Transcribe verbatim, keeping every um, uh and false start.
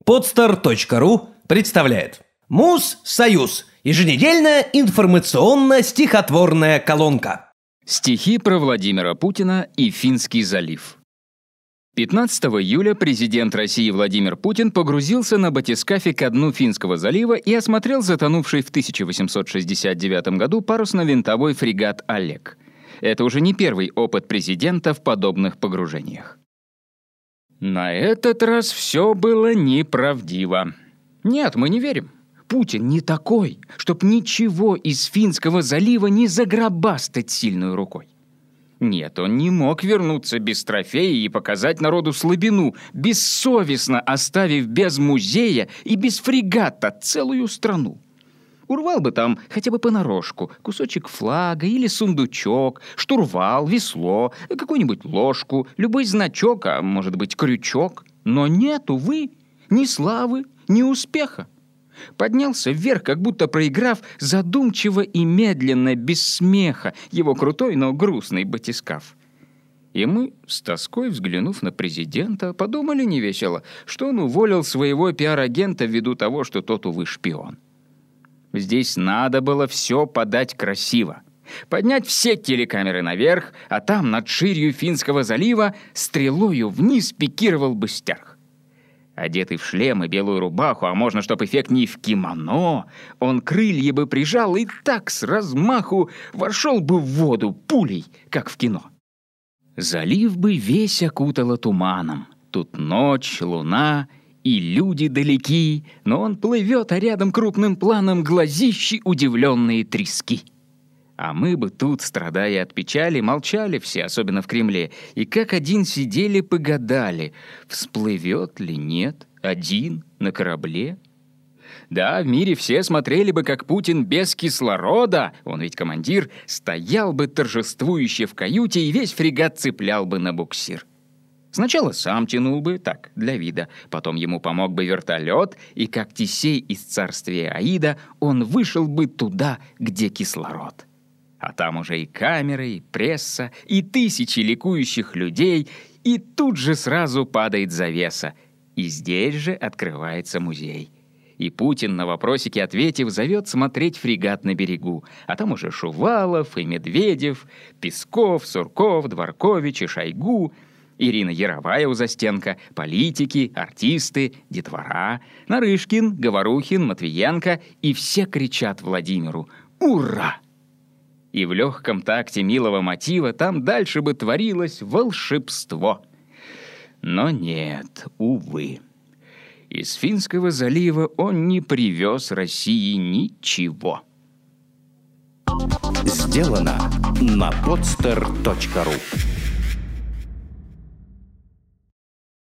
Podster точка ру представляет Муз-Союз. Еженедельная информационно-стихотворная колонка. Стихи про Владимира Путина и Финский залив. пятнадцатого июля президент России Владимир Путин погрузился на батискафе ко дну Финского залива и осмотрел затонувший в тысяча восемьсот шестьдесят девятом году парусно-винтовой фрегат «Олег». Это уже не первый опыт президента в подобных погружениях. На этот раз все было неправдиво. Нет, мы не верим. Путин не такой, чтоб ничего из Финского залива не загробастать сильной рукой. Нет, он не мог вернуться без трофея и показать народу слабину, бессовестно оставив без музея и без фрегата целую страну. Урвал бы там хотя бы понарошку, кусочек флага или сундучок, штурвал, весло, какую-нибудь ложку, любой значок, а может быть крючок. Но нет, увы, ни славы, ни успеха. Поднялся вверх, как будто проиграв задумчиво и медленно, без смеха, его крутой, но грустный батискаф. И мы, с тоской взглянув на президента, подумали невесело, что он уволил своего пиар-агента ввиду того, что тот, увы, шпион. Здесь надо было все подать красиво. Поднять все телекамеры наверх, а там, над ширью Финского залива, стрелою вниз пикировал бы стерх. Одетый в шлем и белую рубаху, а можно, чтоб эффектней, в кимоно, он крылья бы прижал и так с размаху вошел бы в воду пулей, как в кино. Залив бы весь окутало туманом. Тут ночь, луна и люди далеки, но он плывет, а рядом крупным планом глазищи удивленные трески. А мы бы тут, страдая от печали, молчали все, особенно в Кремле, и как один сидели погадали, всплывет ли нет один на корабле. Да, в мире все смотрели бы, как Путин без кислорода, он ведь командир, стоял бы торжествующе в каюте и весь фрегат цеплял бы на буксир. Сначала сам тянул бы, так, для вида, потом ему помог бы вертолет, и как Тесей из царствия Аида он вышел бы туда, где кислород. А там уже и камеры, и пресса, и тысячи ликующих людей, и тут же сразу падает завеса, и здесь же открывается музей. И Путин, на вопросики ответив, зовет смотреть фрегат на берегу, а там уже Шувалов и Медведев, Песков, Сурков, Дворкович и Шойгу, Ирина Яровая у застенка, политики, артисты, детвора, Нарышкин, Говорухин, Матвиенко, и все кричат Владимиру «Ура!». И в легком такте милого мотива там дальше бы творилось волшебство. Но нет, увы. Из Финского залива он не привез России ничего. Сделано на подстер точка ру.